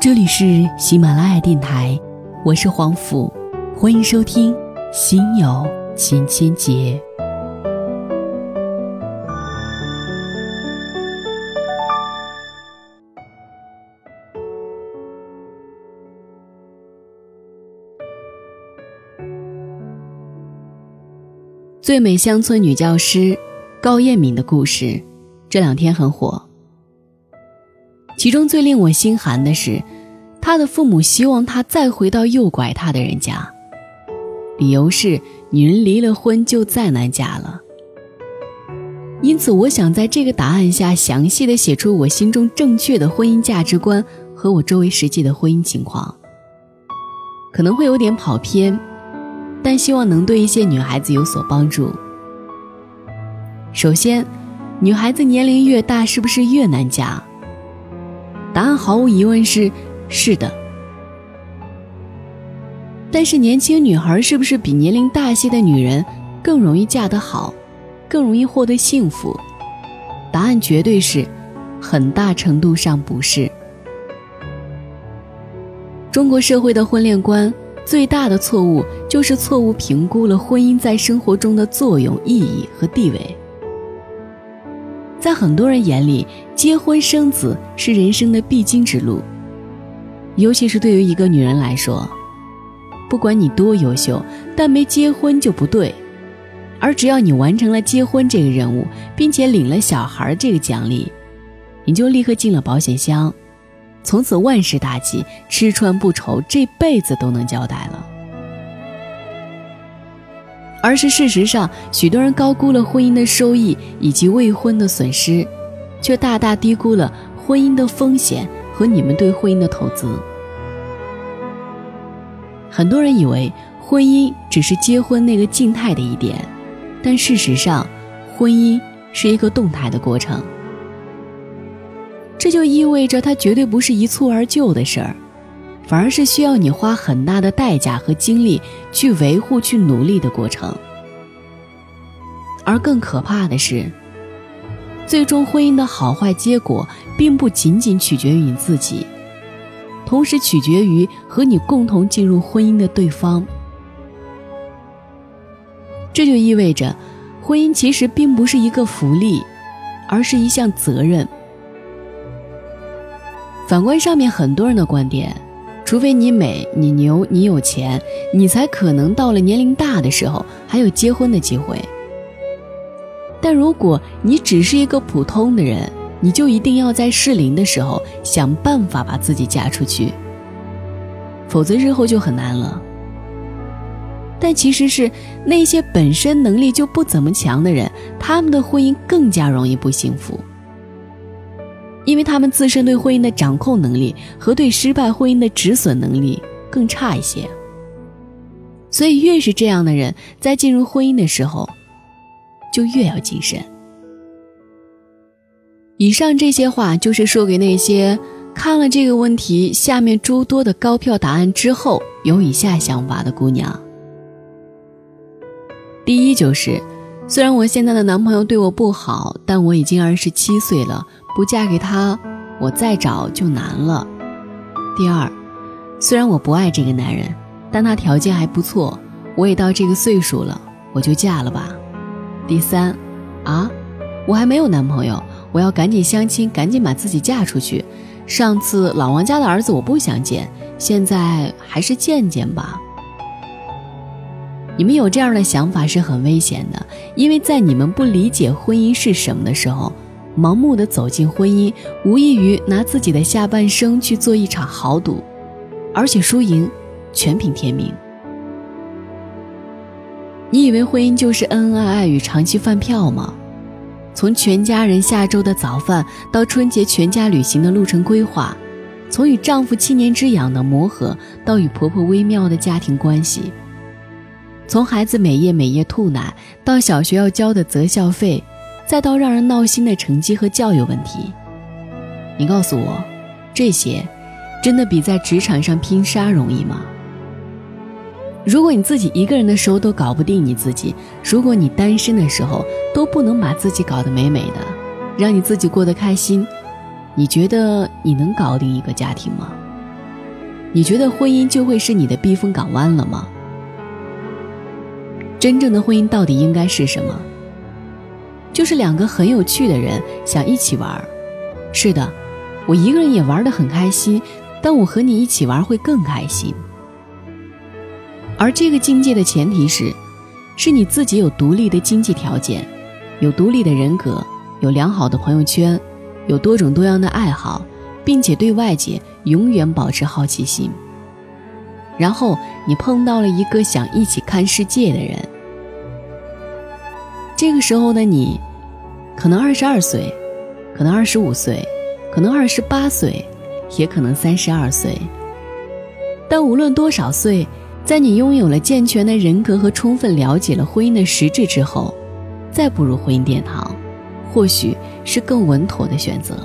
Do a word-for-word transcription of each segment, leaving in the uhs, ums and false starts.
这里是喜马拉雅电台，我是黄甫，欢迎收听心有千千结。最美乡村女教师高燕敏的故事这两天很火，其中最令我心寒的是，她的父母希望她再回到诱拐她的人家，理由是女人离了婚就再难嫁了。因此我想在这个答案下详细地写出我心中正确的婚姻价值观和我周围实际的婚姻情况，可能会有点跑偏，但希望能对一些女孩子有所帮助。首先，女孩子年龄越大是不是越难嫁？答案毫无疑问是是的。但是年轻女孩是不是比年龄大些的女人更容易嫁得好，更容易获得幸福？答案绝对是很大程度上不是。中国社会的婚恋观最大的错误就是错误评估了婚姻在生活中的作用、意义和地位。在很多人眼里，结婚生子是人生的必经之路，尤其是对于一个女人来说，不管你多优秀，但没结婚就不对。而只要你完成了结婚这个任务，并且领了小孩这个奖励，你就立刻进了保险箱，从此万事大吉，吃穿不愁，这辈子都能交代了。而是事实上，许多人高估了婚姻的收益以及未婚的损失，却大大低估了婚姻的风险和你们对婚姻的投资。很多人以为婚姻只是结婚那个静态的一点，但事实上，婚姻是一个动态的过程。这就意味着它绝对不是一蹴而就的事儿，反而是需要你花很大的代价和精力去维护、去努力的过程。而更可怕的是，最终婚姻的好坏结果并不仅仅取决于你自己，同时取决于和你共同进入婚姻的对方。这就意味着，婚姻其实并不是一个福利，而是一项责任。反观上面很多人的观点，除非你美、你牛、你有钱，你才可能到了年龄大的时候还有结婚的机会。但如果你只是一个普通的人，你就一定要在适龄的时候想办法把自己嫁出去，否则日后就很难了。但其实是那些本身能力就不怎么强的人，他们的婚姻更加容易不幸福，因为他们自身对婚姻的掌控能力和对失败婚姻的止损能力更差一些。所以越是这样的人，在进入婚姻的时候就越要谨慎。以上这些话就是说给那些看了这个问题下面诸多的高票答案之后有以下想法的姑娘。第一就是，虽然我现在的男朋友对我不好，但我已经二十七岁了，不嫁给他，我再找就难了。第二，虽然我不爱这个男人，但他条件还不错，我也到这个岁数了，我就嫁了吧。第三，啊，我还没有男朋友，我要赶紧相亲，赶紧把自己嫁出去。上次老王家的儿子我不想见，现在还是见见吧。你们有这样的想法是很危险的，因为在你们不理解婚姻是什么的时候，盲目地走进婚姻，无异于拿自己的下半生去做一场豪赌，而且输赢全凭天命。你以为婚姻就是恩恩爱爱与长期饭票吗？从全家人下周的早饭到春节全家旅行的路程规划，从与丈夫七年之痒的磨合到与婆婆微妙的家庭关系，从孩子每夜每夜吐奶到小学要交的择校费，再到让人闹心的成绩和教育问题。你告诉我，这些真的比在职场上拼杀容易吗？如果你自己一个人的时候都搞不定你自己，如果你单身的时候都不能把自己搞得美美的，让你自己过得开心，你觉得你能搞定一个家庭吗？ 你觉得婚姻就会是你的避风港湾了吗？真正的婚姻到底应该是什么？就是两个很有趣的人想一起玩。是的，我一个人也玩得很开心，但我和你一起玩会更开心。而这个境界的前提是，是你自己有独立的经济条件，有独立的人格，有良好的朋友圈，有多种多样的爱好，并且对外界永远保持好奇心。然后你碰到了一个想一起看世界的人。这个时候的你，可能二十二岁，可能二十五岁，可能二十八岁，也可能三十二岁。但无论多少岁，在你拥有了健全的人格和充分了解了婚姻的实质之后，再步入婚姻殿堂，或许是更稳妥的选择。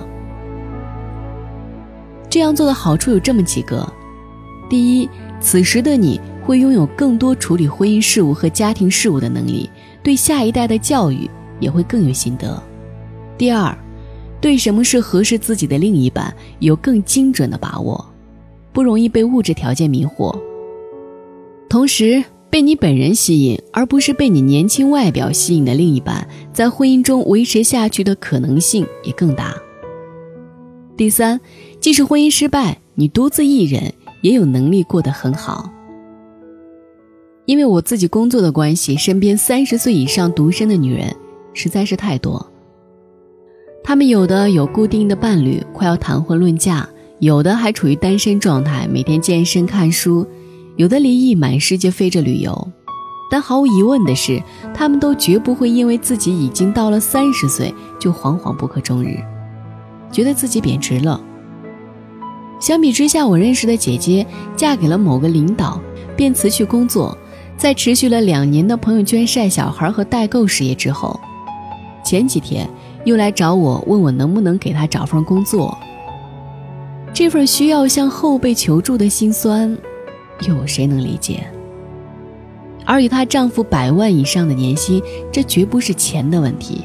这样做的好处有这么几个：第一，此时的你会拥有更多处理婚姻事务和家庭事务的能力，对下一代的教育也会更有心得。第二，对什么是合适自己的另一半有更精准的把握，不容易被物质条件迷惑。同时，被你本人吸引，而不是被你年轻外表吸引的另一半，在婚姻中维持下去的可能性也更大。第三，即使婚姻失败，你独自一人也有能力过得很好。因为我自己工作的关系，身边三十岁以上独身的女人实在是太多。她们有的有固定的伴侣，快要谈婚论嫁，有的还处于单身状态，每天健身看书，有的离异满世界飞着旅游。但毫无疑问的是，她们都绝不会因为自己已经到了三十岁就惶惶不可终日，觉得自己贬值了。相比之下，我认识的姐姐嫁给了某个领导，便辞去工作，在持续了两年的朋友圈晒小孩和代购事业之后，前几天又来找我，问我能不能给她找份工作。这份需要向后辈求助的心酸，又有谁能理解？而与她丈夫百万以上的年薪，这绝不是钱的问题。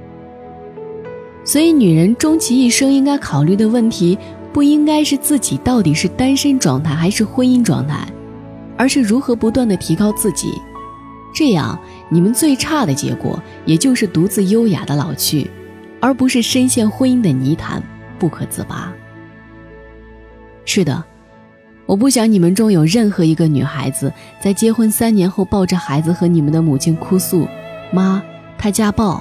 所以女人终其一生应该考虑的问题，不应该是自己到底是单身状态还是婚姻状态，而是如何不断地提高自己。这样你们最差的结果也就是独自优雅的老去，而不是深陷婚姻的泥潭不可自拔。是的，我不想你们中有任何一个女孩子在结婚三年后抱着孩子和你们的母亲哭诉，妈，他家暴。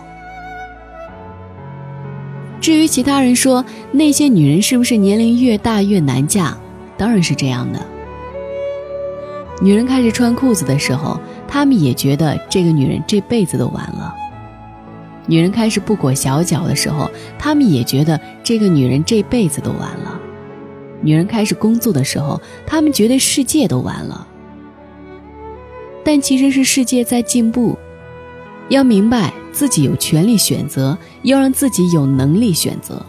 至于其他人说那些女人是不是年龄越大越难嫁，当然是这样的。女人开始穿裤子的时候，她们也觉得这个女人这辈子都完了。女人开始不裹小脚的时候，她们也觉得这个女人这辈子都完了。女人开始工作的时候，她们觉得世界都完了。但其实是世界在进步。要明白自己有权利选择，要让自己有能力选择。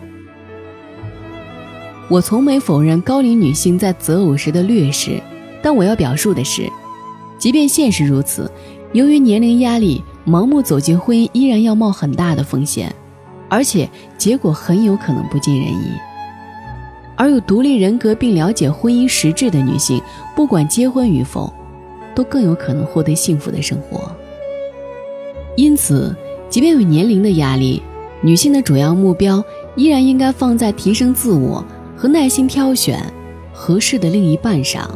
我从没否认高龄女性在择偶时的劣势，但我要表述的是，即便现实如此，由于年龄压力，盲目走进婚姻依然要冒很大的风险，而且结果很有可能不尽人意。而有独立人格并了解婚姻实质的女性，不管结婚与否，都更有可能获得幸福的生活。因此，即便有年龄的压力，女性的主要目标依然应该放在提升自我和耐心挑选合适的另一半上。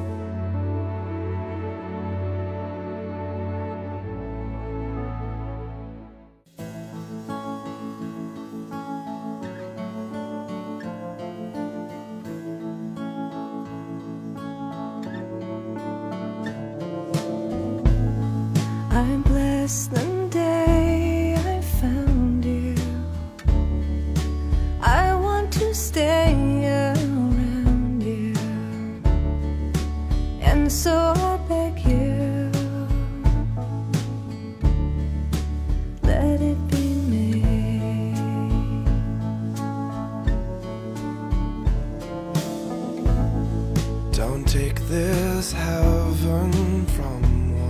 I'm blessed the day I found you. I want to stay around you, and so I beg you, let it be me. Don't take this heaven from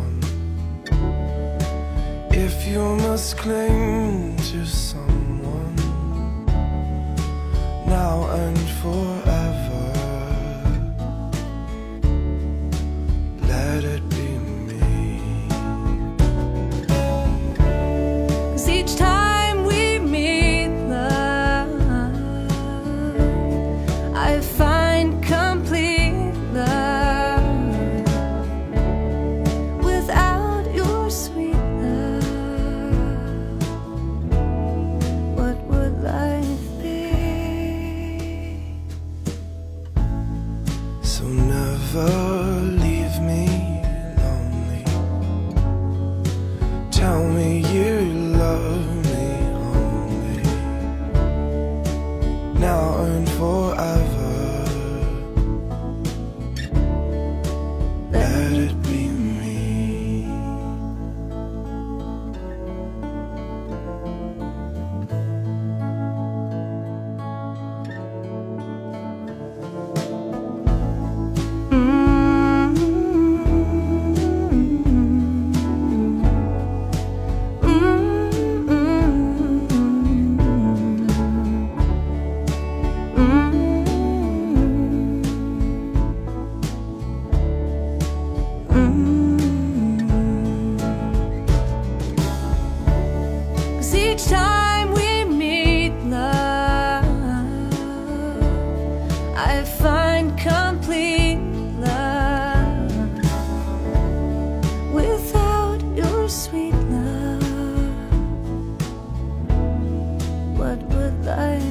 if you must cling to someone now and forever. and forever. Let it be me. Each time we meet, love, I find complete love. Without your sweet love, what would life